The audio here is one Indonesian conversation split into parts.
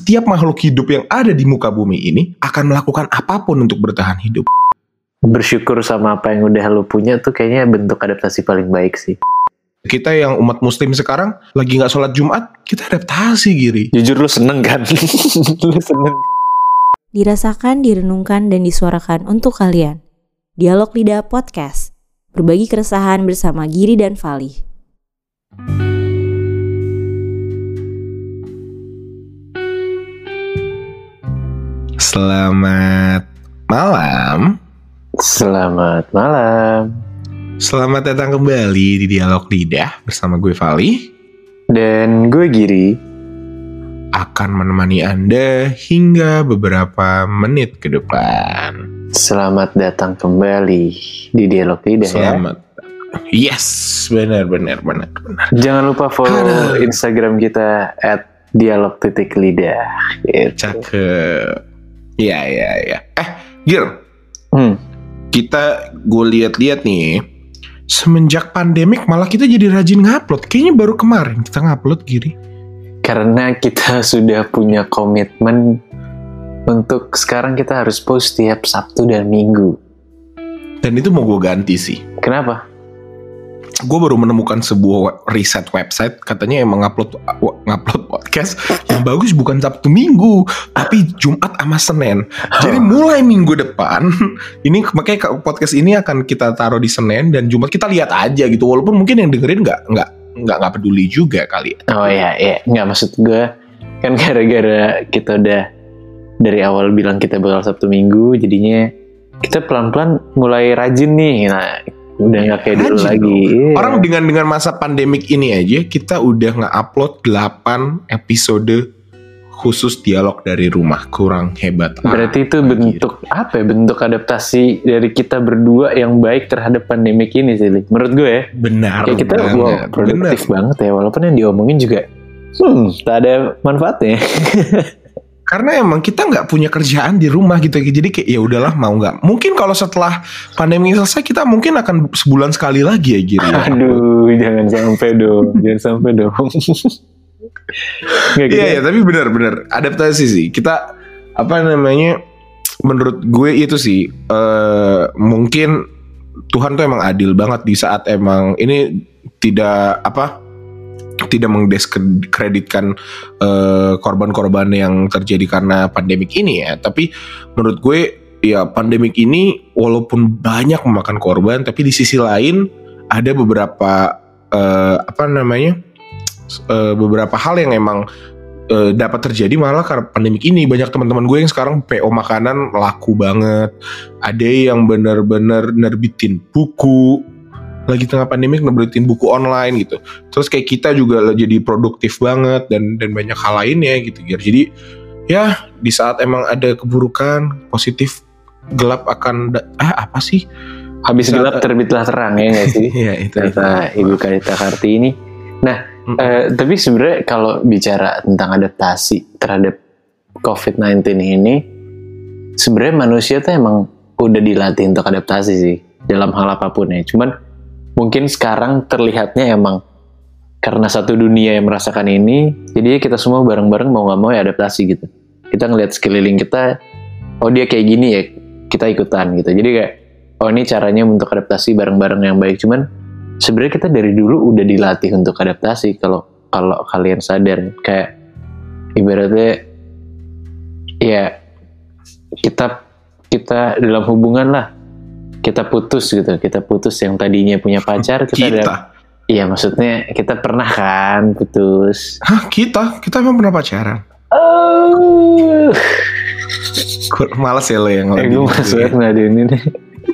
setiap makhluk hidup yang ada di muka bumi ini akan melakukan apapun untuk bertahan hidup. Bersyukur sama apa yang udah lu punya tuh kayaknya bentuk adaptasi paling baik sih. Kita yang umat muslim sekarang lagi gak sholat Jumat, kita adaptasi, Giri. Jujur lu seneng kan? Lu seneng. Dirasakan, direnungkan, dan disuarakan untuk kalian. Dialog Lidah Podcast. Berbagi keresahan bersama Giri dan Fali. Selamat malam. Selamat malam. Selamat datang kembali di Dialog Lidah bersama gue Fali. Dan gue Giri. Akan menemani Anda hingga beberapa menit ke depan. Selamat datang kembali di Dialog Lidah. Selamat. Ya. Yes, benar. Jangan lupa follow Instagram kita @dialog_lidah. Gitu. Cakep. Ya. Gir. Gue lihat-lihat nih, semenjak pandemik malah kita jadi rajin ngupload. Kayaknya baru kemarin kita ngupload, Giri. Karena kita sudah punya komitmen untuk sekarang kita harus post tiap Sabtu dan Minggu. Dan itu mau gue ganti sih. Kenapa? Gue baru menemukan sebuah riset website, katanya emang ngupload podcast yang bagus bukan Sabtu Minggu, tapi Jumat sama Senin. Jadi mulai minggu depan, ini makanya podcast ini akan kita taruh di Senin dan Jumat, kita lihat aja gitu. Walaupun mungkin yang dengerin nggak peduli juga kali. Oh ya, nggak, maksud gue kan gara-gara kita udah dari awal bilang kita bakal Sabtu Minggu, jadinya kita pelan-pelan mulai rajin nih. Nah, udah nggak kayak dulu lagi. Orang dengan masa pandemik ini aja kita udah nge-upload 8 episode khusus dialog dari rumah. Kurang hebat. Berarti itu bentuk apa ya? Bentuk adaptasi dari kita berdua yang baik terhadap pandemik ini sih, menurut gue ya. Benar. Kayak kita produktif banget ya, walaupun yang diomongin juga tak ada manfaatnya. Karena emang kita nggak punya kerjaan di rumah gitu, jadi kayak ya udahlah, mau nggak. Mungkin kalau setelah pandemi selesai kita mungkin akan sebulan sekali lagi ya, Giri. Aduh, jangan sampai dong. Iya, tapi benar adaptasi sih. Kita menurut gue itu sih mungkin Tuhan tuh emang adil banget di saat emang ini tidak mengdiskreditkan korban-korban yang terjadi karena pandemik ini ya. Tapi menurut gue ya, pandemik ini walaupun banyak memakan korban, tapi di sisi lain ada beberapa beberapa hal yang emang dapat terjadi malah karena pandemik ini. Banyak teman-teman gue yang sekarang PO makanan laku banget. Ada yang benar-benar nerbitin buku lagi tengah pandemik, nerbitin buku online gitu. Terus kayak kita juga jadi produktif banget dan banyak hal lainnya gitu. Jadi ya di saat emang ada keburukan, positif, gelap akan apa sih? Habis gelap terbitlah terang, ya nggak sih? Iya, itu kata Ibu Karita Kartini. Nah, tapi sebenarnya kalau bicara tentang adaptasi terhadap COVID-19 ini, sebenarnya manusia tuh emang udah dilatih untuk adaptasi sih dalam hal apapun ya. Cuman mungkin sekarang terlihatnya emang karena satu dunia yang merasakan ini, jadi kita semua bareng-bareng mau nggak mau ya adaptasi gitu. Kita ngelihat sekeliling kita, oh dia kayak gini ya, kita ikutan gitu. Jadi kayak, oh ini caranya untuk adaptasi bareng-bareng yang baik. Cuman sebenarnya kita dari dulu udah dilatih untuk adaptasi. Kalau kalian sadar, kayak ibaratnya ya kita dalam hubungan lah, kita putus gitu. Kita putus, yang tadinya punya pacar iya, maksudnya kita pernah kan putus. Hah, kita emang pernah pacaran? Malas ya lo yang gue maksudnya ngeladenin nih.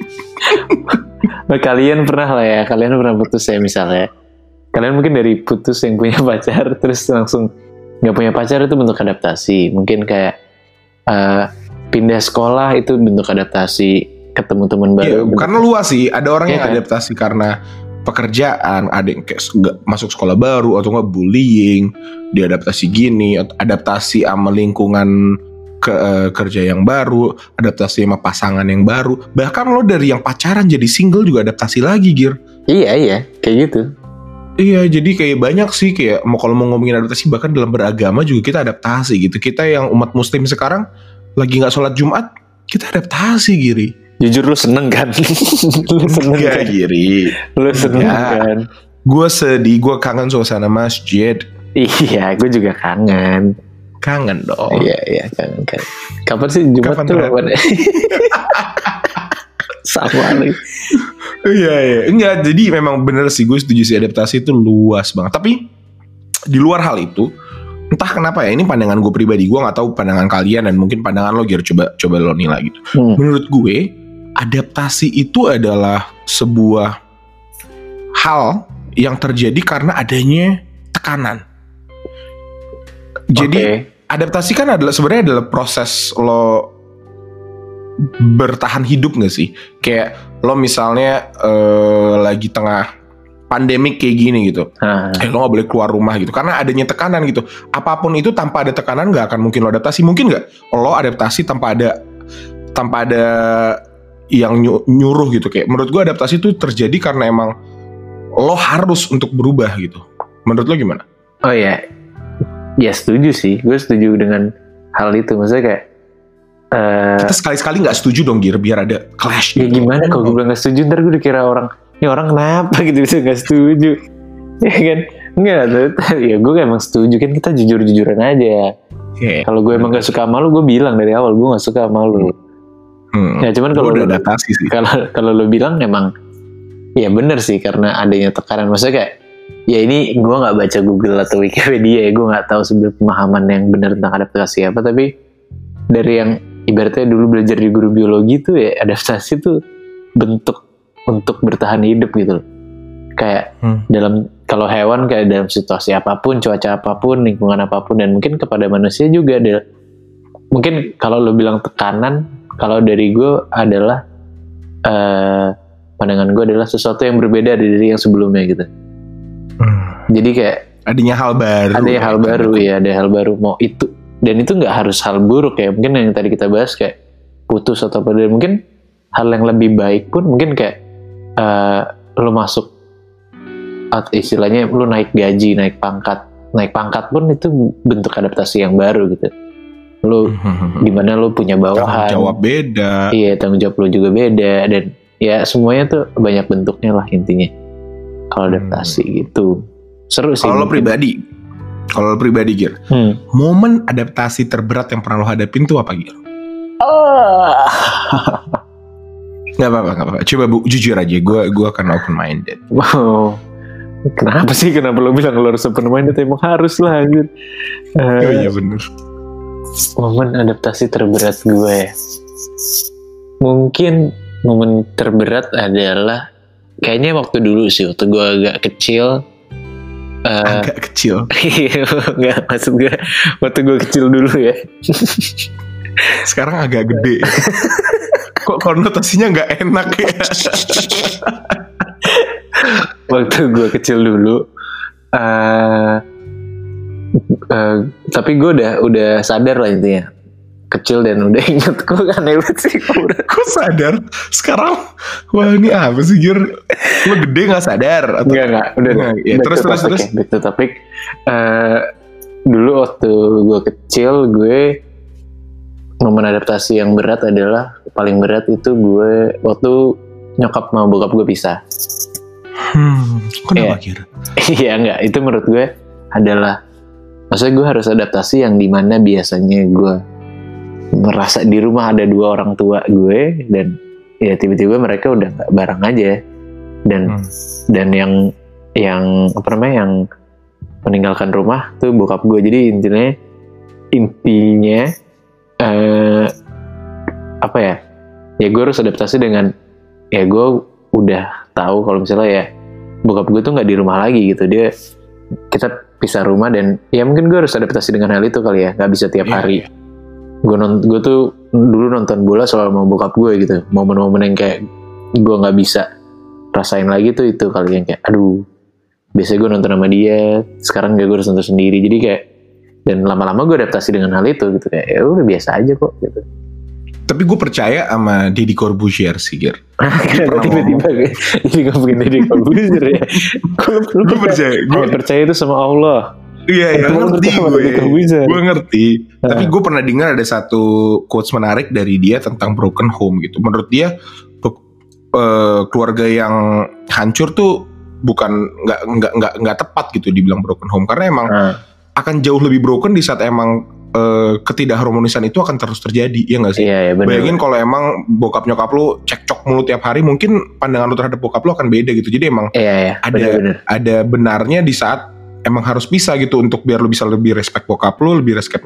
Kalian pernah lah ya, kalian pernah putus ya misalnya. Kalian mungkin dari putus yang punya pacar terus langsung gak punya pacar, itu bentuk adaptasi. Mungkin kayak pindah sekolah itu bentuk adaptasi, ketemu teman baru. Iya, karena luas sih. Ada orang yang adaptasi karena pekerjaan, ada yang kayak masuk sekolah baru atau nggak bullying, diadaptasi gini, adaptasi sama lingkungan kerja yang baru, adaptasi sama pasangan yang baru. Bahkan lo dari yang pacaran jadi single juga adaptasi lagi, Gir. Iya, kayak gitu. Iya, jadi kayak banyak sih kayak kalau mau ngomongin adaptasi bahkan dalam beragama juga kita adaptasi gitu. Kita yang umat muslim sekarang lagi nggak sholat Jumat, kita adaptasi Giri. Jujur lu seneng kan? Lu seneng Enggak, kan? Giri. Lu seneng kan? Gue sedih, gue kangen suasana masjid. Iya, gue juga kangen. Kangen dong. Iya, kangen kan. Kapan sih Jumat tuh? Sama lagi. Iya. Enggak, jadi memang bener sih, gue setuju sih adaptasi itu luas banget. Tapi di luar hal itu, entah kenapa ya, ini pandangan gue pribadi, gue nggak tahu pandangan kalian dan mungkin pandangan lo, Gir, coba lo nilai gitu. Menurut gue, adaptasi itu adalah sebuah hal yang terjadi karena adanya tekanan. Jadi adaptasi kan sebenarnya adalah proses lo bertahan hidup gak sih? Kayak lo misalnya lagi tengah pandemik kayak gini gitu, lo gak boleh keluar rumah gitu karena adanya tekanan gitu. Apapun itu tanpa ada tekanan gak akan mungkin lo adaptasi. Mungkin gak lo adaptasi tanpa ada yang nyuruh gitu. Kayak menurut gue adaptasi itu terjadi karena emang lo harus untuk berubah gitu. Menurut lo gimana? Oh ya setuju sih. Gue setuju dengan hal itu. Maksudnya kayak kita sekali-sekali gak setuju dong, Gir, biar ada clash ya gitu. Gimana kalau gue bilang gak setuju, ntar gue dikira ini orang kenapa gitu bisa gak setuju. Ya kan? Enggak, ya gue emang setuju kan, kita jujur-jujuran aja. Kalau gue emang gak suka sama lu, gue bilang dari awal gue gak suka sama lu. Ya cuman kalau udah adaptasi sih. Kalau lu bilang emang ya bener sih karena adanya tekanan. Maksudnya kayak ya ini gue nggak baca Google atau Wikipedia ya, gue nggak tahu sebenarnya pemahaman yang benar tentang adaptasi apa, tapi dari yang ibaratnya dulu belajar di guru biologi tuh ya, adaptasi tuh bentuk untuk bertahan hidup gitu. Kayak dalam, kalau hewan kayak dalam situasi apapun, cuaca apapun, lingkungan apapun, dan mungkin kepada manusia juga ada. Mungkin kalau lo bilang tekanan, kalau dari gue adalah pandangan gue adalah sesuatu yang berbeda dari yang sebelumnya gitu. Jadi kayak adanya hal baru. Ada hal baru mau itu. Dan itu nggak harus hal buruk ya. Mungkin yang tadi kita bahas kayak putus atau apa. Dan mungkin hal yang lebih baik pun mungkin kayak lo masuk istilahnya lo naik gaji, naik pangkat pun itu bentuk adaptasi yang baru gitu. Lo dimana lo punya bawahan. Tanggung jawab beda. Iya, tanggung jawab lo juga beda. Dan ya semuanya tuh banyak bentuknya lah intinya. Kalau adaptasi gitu. Seru sih. Kalau lo pribadi Gir, momen adaptasi terberat yang pernah lo hadapin tuh apa, Gir? Gak apa-apa. Coba jujur aja, gue akan open minded. Wow. Kenapa lo bilang lo harus open minded? Emang harus lah anjir. Iya bener. Momen adaptasi terberat gue ya. Mungkin momen terberat adalah kayaknya waktu dulu sih, waktu gue agak kecil. Agak kecil? Nggak, maksud gue waktu gue kecil dulu ya. Sekarang agak gede. Kok konotasinya nggak enak ya? Waktu gue kecil dulu, tapi gue udah sadar lah intinya. Kecil dan udah inget. Kok aneh banget sih. Kok sadar? Sekarang wah ini apa sih, Gir? Lo gede gak sadar? Enggak udah ya, terus back to topic. Dulu waktu gue kecil, gue momen adaptasi yang berat adalah, paling berat itu gue waktu nyokap sama bokap gue pisah. Kenapa, Gir? Iya enggak, itu menurut gue adalah, maksudnya gue harus adaptasi yang dimana biasanya gue merasa di rumah ada dua orang tua gue, dan ya tiba-tiba mereka udah nggak bareng aja, dan yang apa namanya, yang meninggalkan rumah tuh bokap gue. Jadi intinya apa ya gue harus adaptasi dengan, ya gue udah tahu kalau misalnya ya bokap gue tuh nggak di rumah lagi gitu, kita pisah rumah, dan ya mungkin gue harus adaptasi dengan hal itu kali ya, nggak bisa tiap hari. Gue tuh dulu nonton bola selalu sama bokap gue gitu. Momen-momen yang kayak gue nggak bisa rasain lagi tuh itu kali, yang kayak aduh, biasanya gue nonton sama dia, sekarang gue harus nonton sendiri. Jadi kayak, dan lama-lama gue adaptasi dengan hal itu gitu, kayak ya udah biasa aja kok gitu. Tapi gue percaya sama Deddy Corbuzier sih, Gir. Kenapa tiba-tiba jadi ngomongin Deddy Corbuzier ya? Gue percaya. Gue percaya itu sama Allah. Iya, ngerti gue ngerti. Tapi gue pernah dengar ada satu quotes menarik dari dia tentang broken home gitu. Menurut dia keluarga yang hancur tuh bukan nggak tepat gitu dibilang broken home, karena emang akan jauh lebih broken di saat emang ketidakharmonisan itu akan terus terjadi, ya nggak sih? Iya, Bayangin kalau emang bokap nyokap lu cekcok mulu tiap hari, mungkin pandangan lu terhadap bokap lu akan beda gitu. Jadi emang ada benarnya di saat emang harus pisah gitu, untuk biar lu bisa lebih respect bokap lu, lebih respect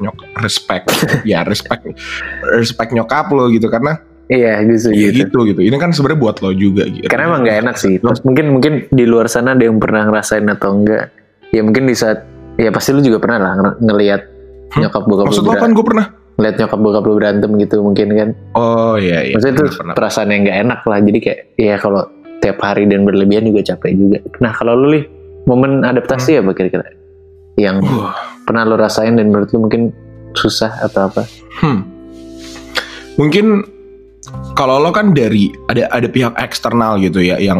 nyokap lu gitu, karena iya gitu. Ini kan sebenarnya buat lo juga gitu. Karena emang nggak enak sih. Terus mungkin di luar sana ada yang pernah ngerasain atau enggak? Ya mungkin di saat, ya pasti lu juga pernah lah ngelihat nyokap bokap maksud lo kan gue pernah ngeliat nyokap bokap lu berantem gitu mungkin kan. Oh iya. Maksudnya itu perasaan yang nggak enak lah. Jadi kayak ya kalau tiap hari dan berlebihan juga capek juga. Nah kalau lu Li, momen adaptasi apa kira-kira yang pernah lu rasain dan menurut lu mungkin susah atau apa? Mungkin kalau lo kan dari ada pihak eksternal gitu ya yang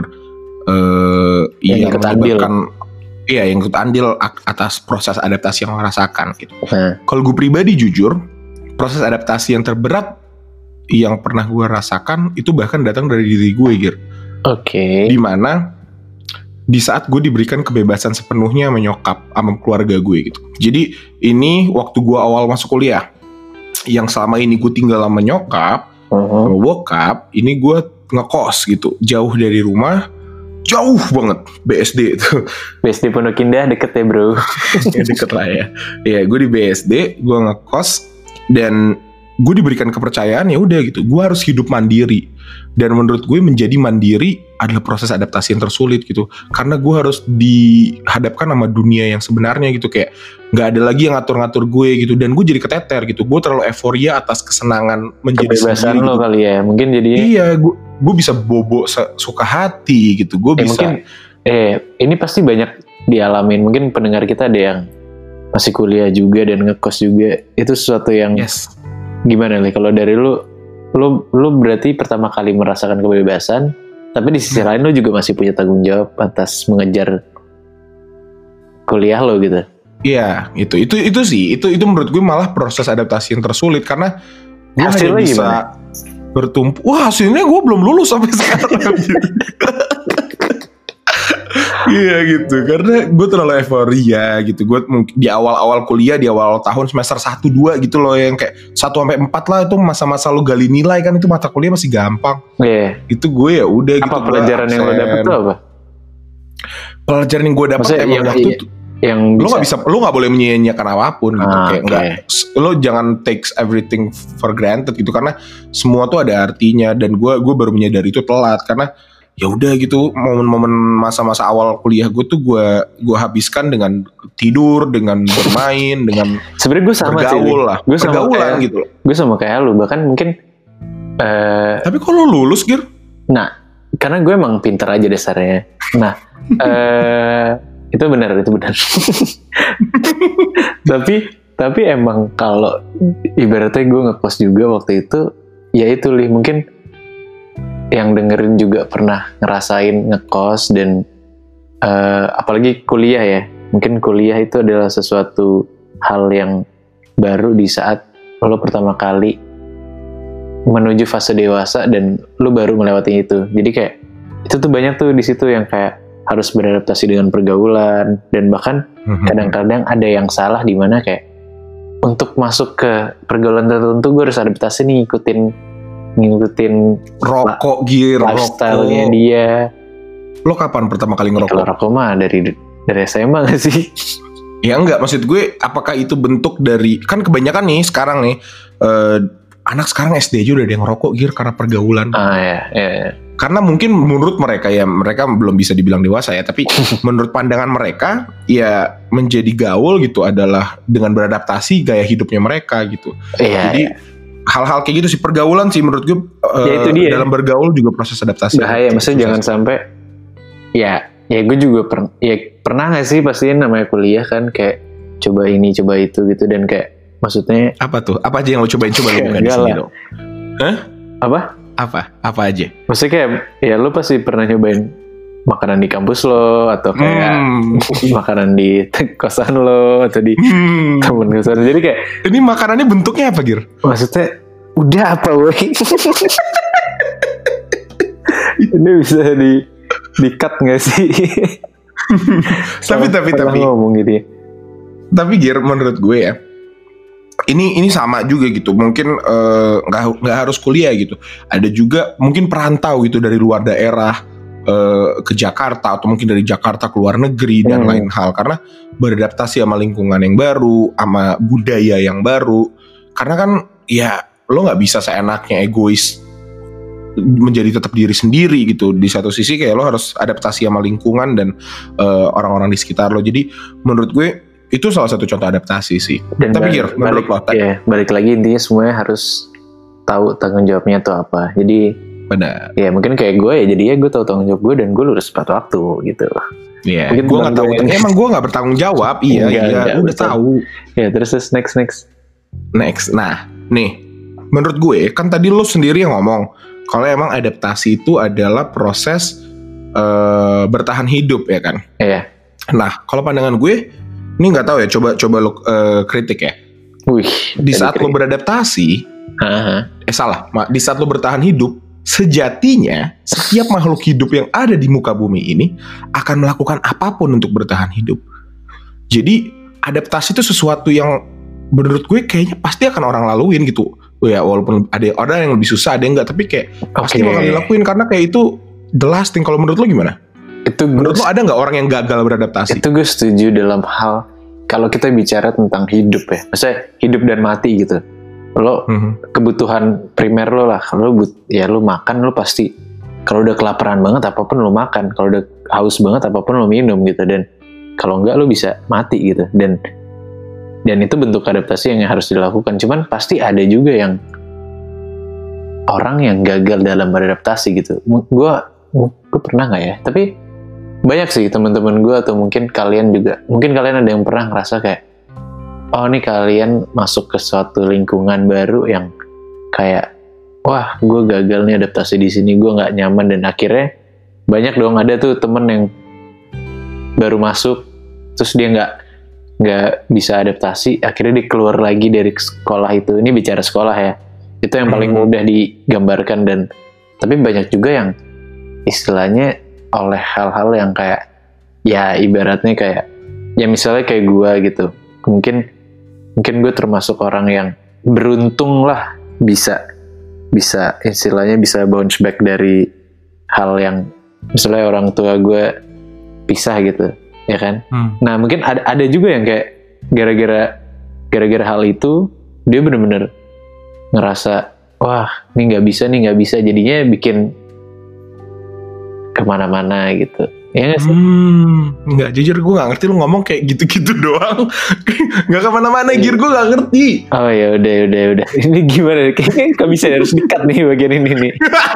ikut andil. Iya, yang ikut andil atas proses adaptasi yang lo rasakan gitu. Kalau gue pribadi jujur, proses adaptasi yang terberat yang pernah gue rasakan itu bahkan datang dari diri gue, Gir. Oke. Dimana di saat gue diberikan kebebasan sepenuhnya sama nyokap, sama keluarga gue gitu. Jadi ini waktu gue awal masuk kuliah, yang selama ini gue tinggal sama nyokap, sama bokap, ini gue ngekos gitu, jauh dari rumah. Jauh banget BSD itu. BSD Pondok Indah deket ya bro. Ya, deket lah ya. Ya gue di BSD, gue ngekos dan gue diberikan kepercayaan ya udah gitu. Gue harus hidup mandiri. Dan menurut gue menjadi mandiri adalah proses adaptasi yang tersulit gitu. Karena gue harus dihadapkan sama dunia yang sebenarnya gitu, kayak nggak ada lagi yang ngatur-ngatur gue gitu. Dan gue jadi keteter gitu. Gue terlalu euforia atas kesenangan menjadi kebebasan sendiri lo gitu. Kali ya. Mungkin jadi. Iya, gue bisa bobo suka hati gitu. Gue bisa. Mungkin ini pasti banyak dialamin. Mungkin pendengar kita ada yang masih kuliah juga dan ngekos juga. Itu sesuatu yang gimana nih? Kalau dari lu berarti pertama kali merasakan kebebasan, tapi di sisi lain lu juga masih punya tanggung jawab atas mengejar kuliah lo gitu. Iya, itu sih. Itu menurut gue malah proses adaptasi yang tersulit, karena gue hanya bisa bertumpu. Wah, hasilnya gue belum lulus sampai sekarang. Iya gitu, karena gue terlalu euforia gitu. Gue di awal-awal kuliah, di awal tahun semester 1-2 gitu loh, yang kayak 1-4 lah, itu masa-masa lo gali nilai kan, itu mata kuliah masih gampang. Itu gue ya udah gitu. Apa pelajaran yang lo dapet tuh apa? Pelajaran yang gue dapet emang waktu itu yang lo nggak boleh menyia-nyiakan apapun gitu, kayak nggak, lo jangan take everything for granted gitu, karena semua tuh ada artinya. Dan gue baru menyadari itu telat, karena ya udah gitu, momen-momen masa-masa awal kuliah gue tuh gue habiskan dengan tidur, dengan bermain, dengan sebenarnya gue sama bergaul sih, lah, gue sama pergaulan gitu. Gue sama kayak lu, bahkan mungkin tapi kalau lulus Gir? Nah, karena gue emang pinter aja dasarnya. Nah, itu benar. tapi emang kalau ibaratnya gue ngekos juga waktu itu, ya itu Li, mungkin yang dengerin juga pernah ngerasain ngekos dan apalagi kuliah ya. Mungkin kuliah itu adalah sesuatu hal yang baru di saat lo pertama kali menuju fase dewasa dan lo baru melewati itu. Jadi kayak itu tuh banyak tuh di situ yang kayak harus beradaptasi dengan pergaulan, dan bahkan kadang-kadang ada yang salah di mana kayak untuk masuk ke pergaulan tertentu gue harus adaptasi nih, ngikutin rokok Gir, lifestyle-nya dia. Lo kapan pertama kali ngerokok? Kalau rokok mah dari SMA gak sih? Ya enggak, maksud gue apakah itu bentuk dari, kan kebanyakan nih sekarang nih anak sekarang SD aja udah ada yang ngerokok Gir, karena pergaulan. Ya. Karena mungkin menurut mereka belum bisa dibilang dewasa ya, tapi menurut pandangan mereka ya menjadi gaul gitu adalah dengan beradaptasi gaya hidupnya mereka gitu. Jadi hal-hal kayak gitu sih, pergaulan sih menurut gue. Ya itu dia. Dalam bergaul juga proses adaptasi. Bahaya, maksudnya jangan sampai ya gue juga pernah nggak sih, pasti namanya kuliah kan kayak coba ini coba itu gitu, dan kayak maksudnya apa tuh? Apa aja yang lo cobain? Coba lo bukan di sini dong. Apa? Apa aja? Maksudnya kayak ya lu pasti pernah nyobain makanan di kampus lo atau kayak makanan di kosan lo atau di temen kosan. Jadi kayak ini makanannya bentuknya apa, Gir? maksudnya udah apa woi? Ini bisa di cut nggak sih? tapi ngomong gitu ya. Tapi Gir, menurut gue ya, ini sama juga gitu. Mungkin nggak harus kuliah gitu. Ada juga mungkin perantau gitu dari luar daerah ke Jakarta, atau mungkin dari Jakarta ke luar negeri dan lain hal, karena beradaptasi sama lingkungan yang baru, sama budaya yang baru. Karena kan ya lo nggak bisa seenaknya egois menjadi tetap diri sendiri gitu. Di satu sisi kayak lo harus adaptasi sama lingkungan dan orang-orang di sekitar lo. Jadi menurut gue itu salah satu contoh adaptasi sih. Dan tapi Gir, menurut lo balik lagi intinya semuanya harus tahu tanggung jawabnya tuh apa. Jadi benar. Ya mungkin kayak gue ya, jadi ya gue tahu tanggung jawab gue dan gue lurus tepat waktu gitu. Iya. Gue nggak tahu. Emang gue nggak bertanggung jawab. Iya. Udah tahu. Ya terus next. Nah, nih, menurut gue kan tadi lo sendiri yang ngomong kalau emang adaptasi itu adalah proses bertahan hidup ya kan. Iya. Nah, kalau pandangan gue, ini nggak tahu ya. Coba lo kritik ya. Di saat lo beradaptasi, di saat lo bertahan hidup. Sejatinya setiap makhluk hidup yang ada di muka bumi ini akan melakukan apapun untuk bertahan hidup. Jadi adaptasi itu sesuatu yang menurut gue kayaknya pasti akan orang laluin gitu. Ya walaupun ada orang yang lebih susah, ada yang enggak, tapi kayak pasti bakal dilakuin karena kayak itu the last thing. Kalau menurut lo gimana? Menurut lo ada nggak orang yang gagal beradaptasi? Itu gue setuju dalam hal kalau kita bicara tentang hidup ya. Maksudnya hidup dan mati gitu. Lo kebutuhan primer lo lah, kalau lo makan, lo pasti kalau udah kelaparan banget apapun lo makan, kalau udah haus banget apapun lo minum gitu, dan kalau enggak lo bisa mati gitu, dan itu bentuk adaptasi yang harus dilakukan. Cuman pasti ada juga yang orang yang gagal dalam beradaptasi gitu. Gue pernah nggak ya? Tapi banyak sih teman-teman gue, atau mungkin kalian juga, mungkin kalian ada yang pernah ngerasa kayak, oh nih kalian masuk ke suatu lingkungan baru yang kayak, wah gue gagal nih adaptasi di sini, gue nggak nyaman, dan akhirnya banyak dong ada tuh temen yang baru masuk terus dia nggak bisa adaptasi, akhirnya dia keluar lagi dari sekolah itu. Ini bicara sekolah ya, itu yang paling mudah digambarkan. Dan tapi banyak juga yang istilahnya oleh hal-hal yang kayak ya ibaratnya kayak ya misalnya kayak gue gitu, mungkin gue termasuk orang yang beruntung lah bisa istilahnya bisa bounce back dari hal yang misalnya orang tua gue pisah gitu ya kan. Nah mungkin ada juga yang kayak gara-gara hal itu dia benar-benar ngerasa wah ini nggak bisa jadinya bikin kemana-mana gitu. Ya gak sih? Nggak, jujur gue gak ngerti lu ngomong kayak gitu-gitu doang. Gak kemana-mana, Gir, gue gak ngerti. Oh ya udah. Ini gimana? Kayaknya gak bisa, harus di-cut nih bagian ini nih.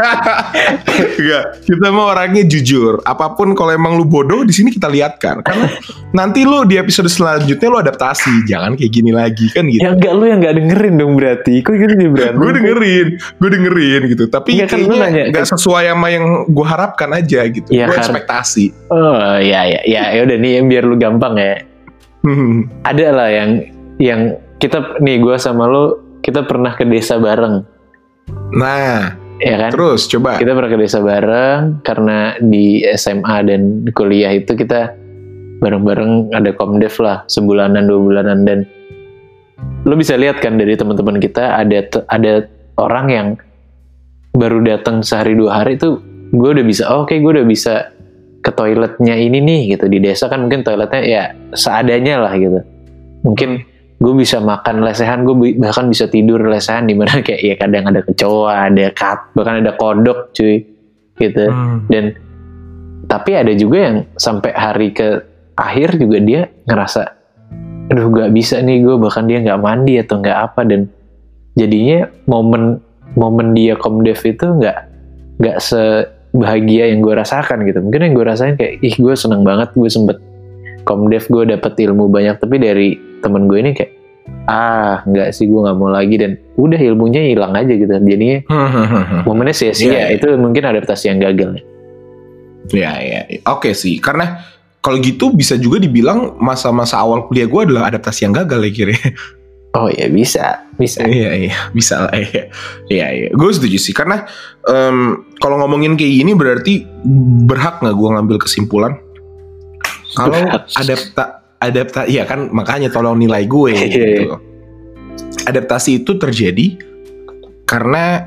Enggak, kita mah orangnya jujur. Apapun kalau emang lu bodoh di sini kita lihatkan. Karena nanti lu di episode selanjutnya lu adaptasi. Jangan kayak gini lagi kan gitu. Ya enggak, lu yang gak dengerin dong berarti. Kok gitu nih berarti? Gue dengerin gitu. Tapi kan kayaknya gak sesuai sama yang gue harapkan aja gitu. Ya, gue ekspektasi. Oh ya udah nih biar lu gampang ya. Ada lah yang kita nih, gue sama lu kita pernah ke desa bareng. Nah, ya kan? Terus coba. Kita pernah ke desa bareng karena di SMA dan kuliah itu kita bareng-bareng ada komdev lah, sebulanan 2 bulanan, dan lu bisa lihat kan dari teman-teman kita ada orang yang baru datang sehari 2 hari tuh gue udah bisa gue udah bisa ke toiletnya ini nih gitu. Di desa kan mungkin toiletnya ya seadanya lah gitu. Mungkin gue bisa makan lesehan, gue bahkan bisa tidur lesehan, dimana kayak ya kadang ada kecoa, ada bahkan ada kodok cuy gitu. Dan tapi ada juga yang sampai hari ke akhir juga dia ngerasa aduh gak bisa nih gue, bahkan dia gak mandi atau gak apa, dan jadinya momen dia komdev itu gak sebahagia yang gue rasakan gitu. Mungkin yang gue rasain kayak gue seneng banget gue sempet komdev, gue dapet ilmu banyak, tapi dari temen gue ini kayak enggak sih, gue nggak mau lagi, dan udah ilmunya hilang aja gitu. Jadinya momennya sia-sia. Itu mungkin adaptasi yang gagal. Ya. Oke sih, karena kalau gitu bisa juga dibilang masa-masa awal kuliah gue adalah adaptasi yang gagal ya kira. Oh ya, bisa. Iya, bisa lah. Iya. Gue setuju sih, karena kalau ngomongin kayak gini berarti berhak nggak gue ngambil kesimpulan kalau adaptasi, ya kan, makanya tolong nilai gue gitu. Adaptasi itu terjadi karena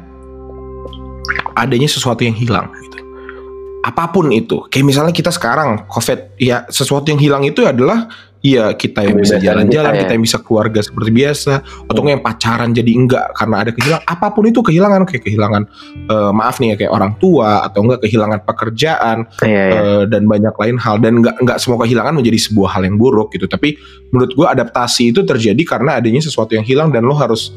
adanya sesuatu yang hilang gitu. Apapun itu, kayak misalnya kita sekarang COVID, ya sesuatu yang hilang itu adalah ya kita yang bisa jalan-jalan, kita yang bisa keluarga seperti biasa, atau yang pacaran jadi enggak karena ada kehilangan. Apapun itu kehilangan, kayak kehilangan maaf nih ya, kayak orang tua, atau enggak kehilangan pekerjaan, dan banyak lain hal. Dan enggak semua kehilangan menjadi sebuah hal yang buruk gitu. Tapi menurut gue adaptasi itu terjadi karena adanya sesuatu yang hilang, dan lo harus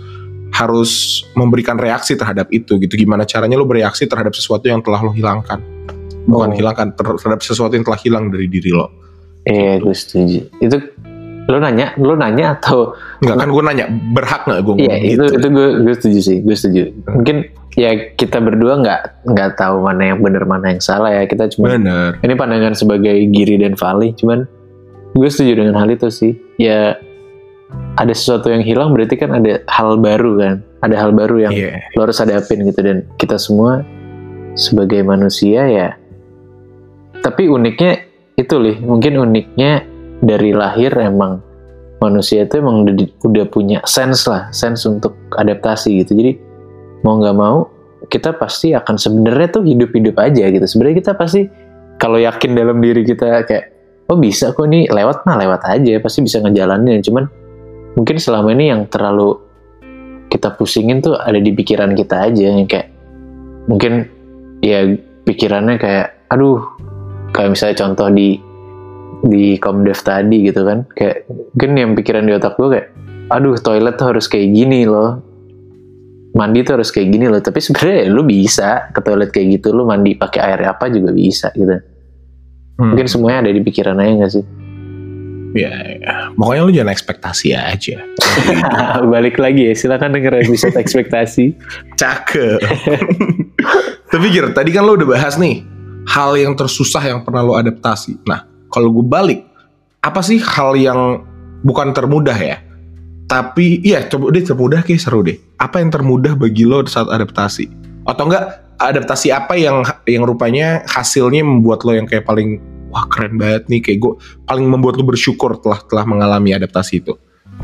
memberikan reaksi terhadap itu gitu. Gimana caranya lo bereaksi terhadap sesuatu yang telah lo hilangkan. Bukan hilangkan, terhadap sesuatu yang telah hilang dari diri lo. Iya, gue setuju. Itu lo nanya atau enggak? Kan gue nanya, berhak nggak gue ngomong gitu? Itu gue setuju sih, gue setuju. Mungkin ya kita berdua nggak tahu mana yang benar mana yang salah ya. Kita cuma ini pandangan sebagai Giri dan Vali. Cuman gue setuju dengan hal itu sih. Ya ada sesuatu yang hilang berarti kan ada hal baru kan. Ada hal baru yang lo harus hadapin gitu. Dan kita semua sebagai manusia ya. Tapi uniknya itu mungkin uniknya dari lahir emang manusia itu emang udah punya sense untuk adaptasi gitu. Jadi mau nggak mau kita pasti akan sebenarnya tuh hidup aja gitu. Sebenarnya kita pasti kalau yakin dalam diri kita kayak bisa kok nih, lewat aja, pasti bisa ngejalanin. Cuman mungkin selama ini yang terlalu kita pusingin tuh ada di pikiran kita aja, yang kayak mungkin ya pikirannya kayak kayak misalnya contoh di Komdev tadi gitu kan, kayak mungkin yang pikiran di otak gue kayak toilet tuh harus kayak gini loh, mandi tuh harus kayak gini loh. Tapi sebenarnya lu bisa ke toilet kayak gitu, lu mandi pakai air apa juga bisa gitu. Mungkin semuanya ada di pikiran aja nggak sih? Ya, pokoknya lu jangan ekspektasi aja. Balik lagi ya, silakan denger episode ekspektasi. Cakep. Tapi Gir, tadi kan lu udah bahas nih hal yang tersusah yang pernah lo adaptasi. Nah, kalau gue balik, apa sih hal yang bukan termudah ya? Tapi iya, coba deh termudah, kayak seru deh. Apa yang termudah bagi lo saat adaptasi? Atau enggak, adaptasi apa yang rupanya hasilnya membuat lo yang kayak paling wah keren banget nih, kayak gue paling membuat lo bersyukur telah mengalami adaptasi itu?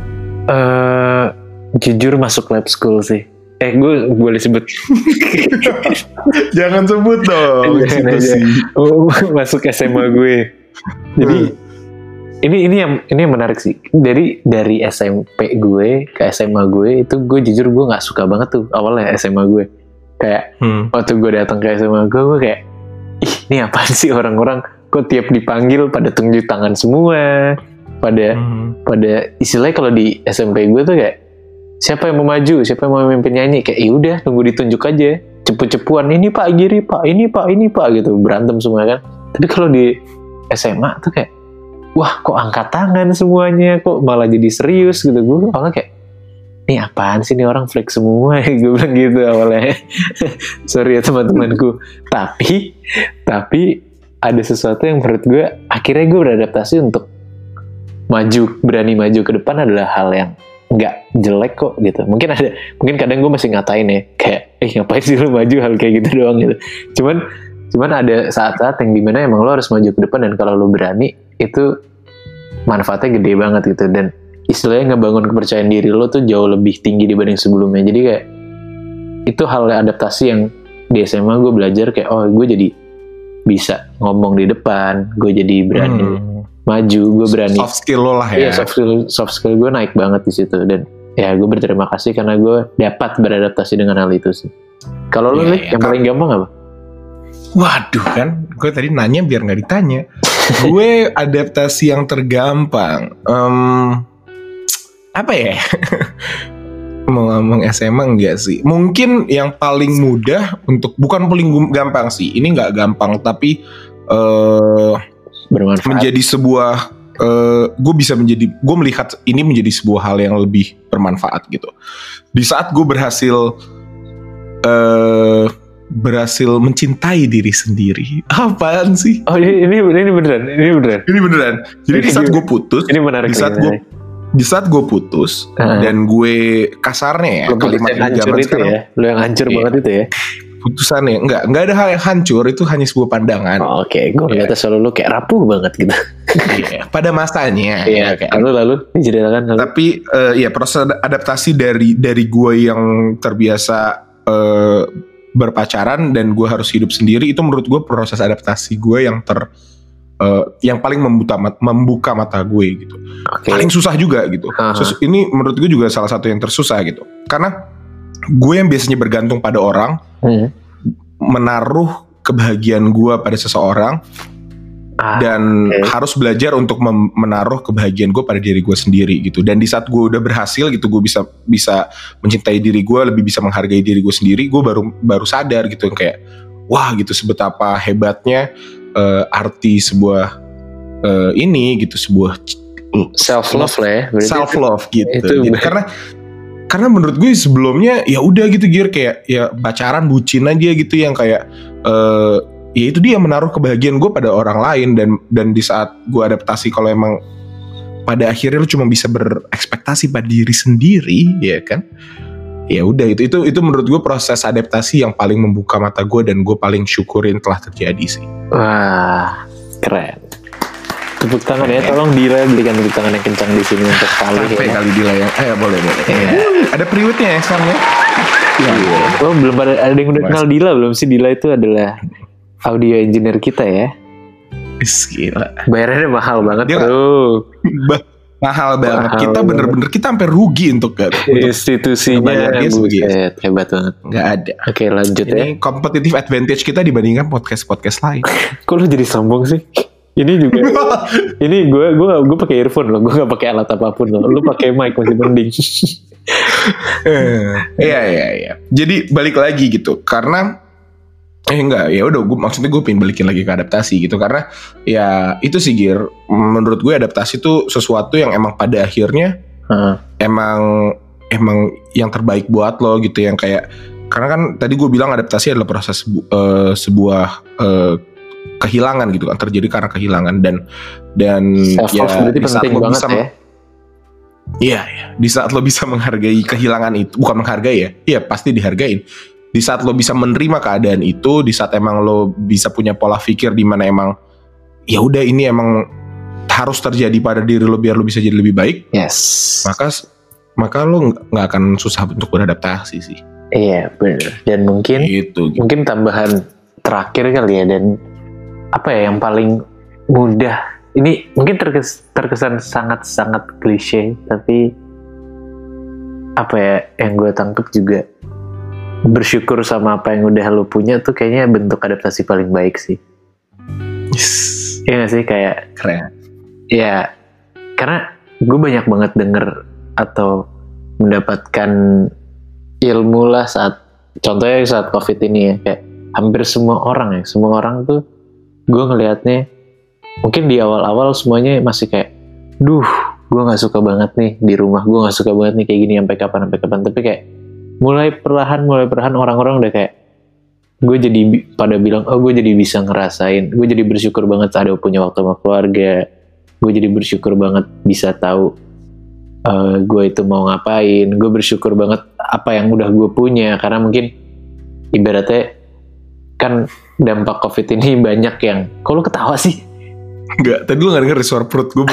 Jujur masuk lab school sih. Gue boleh sebut? Jangan sebut dong. Masuk SMA gue. Jadi ini yang menarik sih. Dari SMP gue ke SMA gue itu, gue jujur gue nggak suka banget tuh awalnya SMA gue. Kayak waktu gue datang ke SMA gue kayak, ini apaan sih orang-orang kok tiap dipanggil pada tunjuk tangan semua. Pada istilahnya kalau di SMP gue tuh kayak, siapa yang mau maju, siapa yang mau memimpin nyanyi, kayak udah nunggu ditunjuk aja, cepu-cepuan, ini Pak Giri Pak, ini Pak gitu, berantem semua kan. Tapi kalau di SMA tuh kayak, wah kok angkat tangan semuanya, kok malah jadi serius gitu. Gue awalnya kayak, ini apaan sih, ini orang flex semua, gue bilang gitu awalnya. Sorry ya teman-temanku. Tapi ada sesuatu yang menurut gue akhirnya gue beradaptasi untuk berani maju ke depan adalah hal yang nggak jelek kok gitu. Mungkin kadang gue masih ngatain ya, kayak ngapain sih lu maju hal kayak gitu doang gitu. Cuman ada saat-saat yang dimana emang lo harus maju ke depan, dan kalau lo berani itu manfaatnya gede banget gitu. Dan istilahnya ngebangun kepercayaan diri lo tuh jauh lebih tinggi dibanding sebelumnya. Jadi kayak itu hal adaptasi yang di SMA gue belajar, kayak gue jadi bisa ngomong di depan, gue jadi berani maju, gue berani. Soft skill lo lah ya. Iya, soft skill gue naik banget di situ. Dan ya gue berterima kasih karena gue dapat beradaptasi dengan hal itu sih. Kalau lo nih, yang paling gampang apa? Waduh, kan gue tadi nanya biar nggak ditanya. Gue adaptasi yang tergampang apa ya? Mau ngomong SMA enggak sih? Mungkin yang paling mudah bukan paling gampang sih. Ini nggak gampang, tapi bermanfaat. Menjadi sebuah gue melihat ini menjadi sebuah hal yang lebih bermanfaat gitu. Di saat gue berhasil mencintai diri sendiri. Apaan sih? Oh ini beneran. Jadi di saat gue putus, ini menarik. Di saat gue putus dan gue kasarnya ya, kalimat zaman sekarang, ya, lo yang hancur banget itu ya. Putusannya nggak ada hal yang hancur, itu hanya sebuah pandangan. Oke. Gue ngeliatnya selalu lo kayak rapuh banget gitu. Pada masanya. Iya. Lalu diceritakan. Tapi ya proses adaptasi dari gue yang terbiasa berpacaran dan gue harus hidup sendiri, itu menurut gue proses adaptasi gue yang paling membuka mata gue gitu. Paling susah juga gitu. Ini menurut gue juga salah satu yang tersusah gitu. Karena gue yang biasanya bergantung pada orang, menaruh kebahagiaan gue pada seseorang, dan harus belajar untuk menaruh kebahagiaan gue pada diri gue sendiri gitu. Dan di saat gue udah berhasil gitu, gue bisa mencintai diri gue, lebih bisa menghargai diri gue sendiri, gue baru sadar gitu, kayak wah gitu, sebetapa hebatnya arti sebuah ini gitu, sebuah self love lah ya, self love gitu. Jadi, karena menurut gue sebelumnya ya udah gitu Gir, kayak ya pacaran bucin aja gitu, yang kayak ya itu dia menaruh kebahagiaan gue pada orang lain, dan di saat gue adaptasi kalau emang pada akhirnya lu cuma bisa berekspektasi pada diri sendiri, ya kan? Ya udah, itu menurut gue proses adaptasi yang paling membuka mata gue, dan gue paling syukurin telah terjadi sih. Wah, keren. Tepuk tangan ya, tolong Dila berikan tepuk tangan yang kencang di sini untuk kali ya. Kali Dila yang, boleh. Ya. Ada priwetnya ya sekarang ya. Oh, belum ada yang udah kenal Dila belum sih? Dila itu adalah audio engineer kita ya. Gila. Bayarnya mahal banget bro. Mahal banget. Kita bener-bener kita sampai rugi untuk institusinya. Hebat banget. Gak ada. Oke, lanjut ya. Ini competitive advantage kita dibandingkan podcast lain. Kok lu jadi sombong sih? Ini juga. Ini gue pakai earphone loh. Gue gak pakai alat apapun loh. Lu pakai mic masih mending. Iya. Jadi balik lagi gitu. Karena enggak, ya udah, maksudnya gue pengen balikin lagi ke adaptasi gitu, karena ya itu sih Gir, menurut gue adaptasi tuh sesuatu yang emang pada akhirnya emang yang terbaik buat lo gitu, yang kayak, karena kan tadi gue bilang adaptasi adalah proses sebuah kehilangan gitu kan, terjadi karena kehilangan, dan ya di saat lo bisa di saat lo bisa menghargai kehilangan itu, bukan menghargai ya pasti dihargain. Di saat lo bisa menerima keadaan itu, di saat emang lo bisa punya pola pikir di mana emang ya udah ini emang harus terjadi pada diri lo biar lo bisa jadi lebih baik. Yes. Maka lo nggak akan susah untuk beradaptasi sih. Iya benar. Dan mungkin mungkin tambahan terakhir kali ya, dan apa ya yang paling mudah. Ini mungkin terkesan sangat klise, tapi apa ya yang gue tangkep juga, bersyukur sama apa yang udah lo punya tuh kayaknya bentuk adaptasi paling baik sih. Iya gak sih, kayak keren. Ya, karena gue banyak banget denger atau mendapatkan ilmu lah contohnya saat COVID ini ya, kayak hampir semua orang tuh gue ngelihatnya mungkin di awal-awal semuanya masih kayak, gue nggak suka banget nih di rumah, gue nggak suka banget nih kayak gini sampai kapan, tapi kayak mulai perlahan orang-orang udah kayak, gue jadi pada bilang, gue jadi bisa ngerasain, gue jadi bersyukur banget ada punya waktu sama keluarga, gue jadi bersyukur banget bisa tahu gue itu mau ngapain, gue bersyukur banget apa yang udah gue punya, karena mungkin ibaratnya kan dampak COVID ini banyak yang, kok lu ketawa sih? Enggak, tadi lu gak denger suara perut gue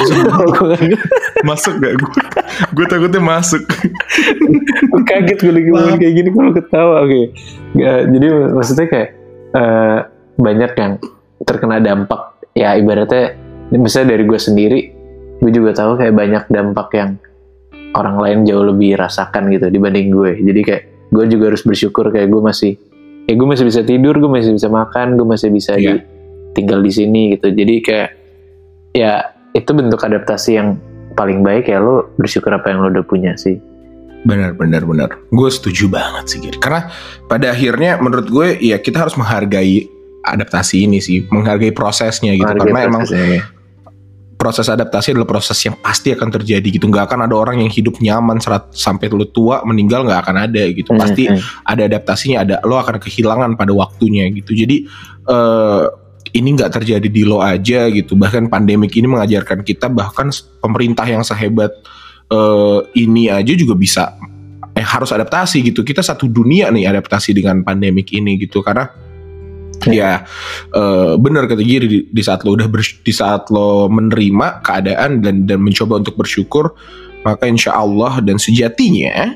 masuk gak? Gue takutnya masuk. Gue kaget gue lagi ngomongin kayak gini, kalau ketawa. Oke. Jadi maksudnya kayak banyak yang terkena dampak. Ya ibaratnya misalnya dari gue sendiri, gue juga tahu kayak banyak dampak yang orang lain jauh lebih rasakan gitu dibanding gue. Jadi kayak gue juga harus bersyukur kayak gue masih bisa tidur, gue masih bisa makan, gue masih bisa tinggal di sini gitu. Jadi kayak ya itu bentuk adaptasi yang paling baik ya, lo bersyukur apa yang lo udah punya sih. Benar. Gue setuju banget sih Gir. Karena pada akhirnya menurut gue ya kita harus menghargai adaptasi ini sih, menghargai prosesnya gitu. Karena emang proses adaptasi adalah proses yang pasti akan terjadi gitu. Nggak akan ada orang yang hidup nyaman sampai lu tua meninggal, nggak akan ada gitu. Pasti ada adaptasinya, lo akan kehilangan pada waktunya gitu. Jadi ini nggak terjadi di lo aja gitu. Bahkan pandemik ini mengajarkan kita, bahkan pemerintah yang sehebat ini aja juga bisa harus adaptasi gitu. Kita satu dunia nih adaptasi dengan pandemik ini gitu, karena ya benar kata Giri, di saat lo di saat lo menerima keadaan dan mencoba untuk bersyukur, maka insya Allah dan sejatinya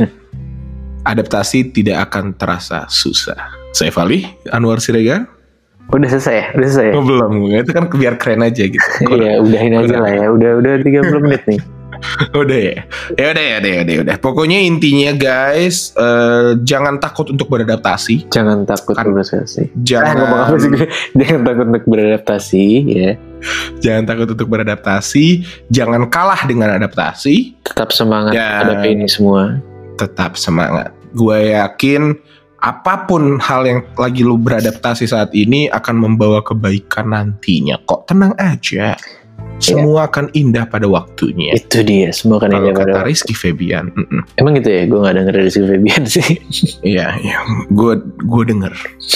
adaptasi tidak akan terasa susah. Saya Fali Anwar Siregar. Udah selesai ya? Oh, belum, itu kan biar keren aja gitu. Iya, udahin aja lah ya. Udah 30 menit nih. Udah ya. Udah. Pokoknya intinya guys, jangan takut untuk beradaptasi. Jangan takut beradaptasi. Jangan takut untuk beradaptasi ya. Jangan takut untuk beradaptasi. Jangan kalah dengan adaptasi. Tetap semangat hadapi ini semua. Tetap semangat. Gue yakin apapun hal yang lagi lu beradaptasi saat ini akan membawa kebaikan nantinya kok. Tenang aja. Semua akan indah pada waktunya. Itu dia, semua akan indah pada kata Rizky Febian. Emang gitu ya? Gue gak denger Rizky Febian sih. Iya, gue denger.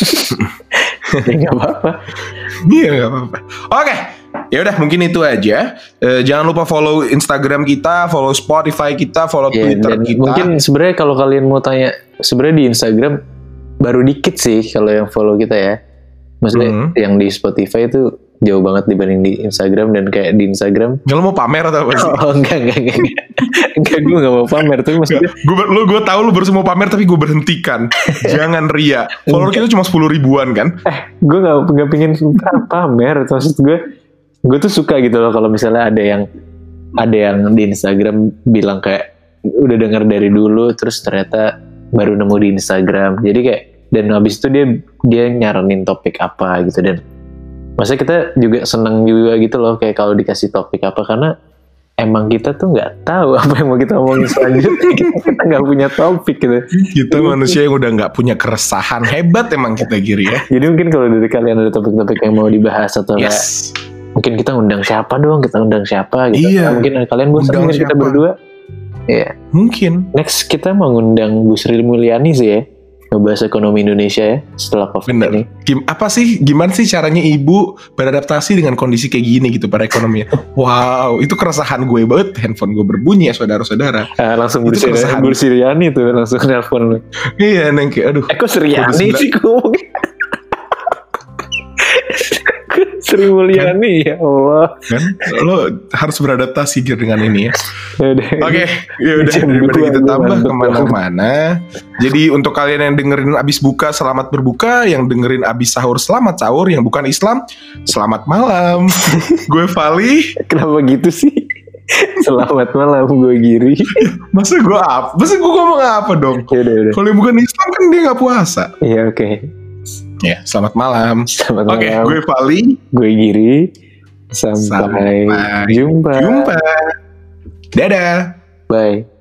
Ya gak apa-apa. Iya gak apa-apa. Oke, ya udah mungkin itu aja. Jangan lupa follow Instagram kita, follow Spotify kita, follow Twitter kita. Mungkin sebenarnya kalau kalian mau tanya, sebenarnya di Instagram baru dikit sih kalau yang follow kita ya. Maksudnya yang di Spotify itu jauh banget dibanding di Instagram, dan kayak di Instagram. Nggak, lo mau pamer atau apa sih? Oh enggak, gue gak mau pamer, tapi maksudnya gue tahu lo baru mau pamer tapi gue berhentikan. Jangan ria. Follower kita cuma 10 ribuan kan? Gue gak pengen pamer. Maksud gue tuh suka gitu loh kalau misalnya ada yang di Instagram bilang kayak udah denger dari dulu, terus ternyata baru nemu di Instagram. Jadi kayak, dan habis itu dia nyaranin topik apa gitu, dan maksudnya kita juga seneng juga gitu loh kayak kalau dikasih topik apa, karena emang kita tuh nggak tahu apa yang mau kita omongin selanjutnya. Kita nggak punya topik gitu. Kita manusia yang udah nggak punya keresahan. Hebat emang kita Giri ya. Jadi mungkin kalau dari kalian ada topik-topik yang mau dibahas atau kayak mungkin kita undang siapa gitu. Iya. Mungkin kalian bosan dengan kita berdua. Iya. Mungkin. Next kita mau ngundang Bu Sri Mulyani sih ya. Ngebahas ekonomi Indonesia ya setelah COVID ini. Gimana sih caranya ibu beradaptasi dengan kondisi kayak gini gitu pada ekonominya? Wow, itu keresahan gue banget. Handphone gue berbunyi ya saudara-saudara. Langsung Bu Sriani tuh langsung nelfon. Iya, neng kayak aduh. Kok Sriani sih ngomongnya? Sri Mulyani ya Allah. Kan lo harus beradaptasi dengan ini ya. Oke, ya udah daripada kita tambah kemana-mana. Jadi untuk kalian yang dengerin abis buka, selamat berbuka. Yang dengerin abis sahur, selamat sahur. Yang bukan Islam, selamat malam. Gue Fali. Kenapa gitu sih? Selamat malam, gue Giri. Masa gue ngomong apa dong? Yaudah. Kalau yang bukan Islam kan dia gak puasa. Iya, oke. Ya, selamat malam. Oke, gue Fali. Gue Giri. Sampai jumpa. Dadah. Bye.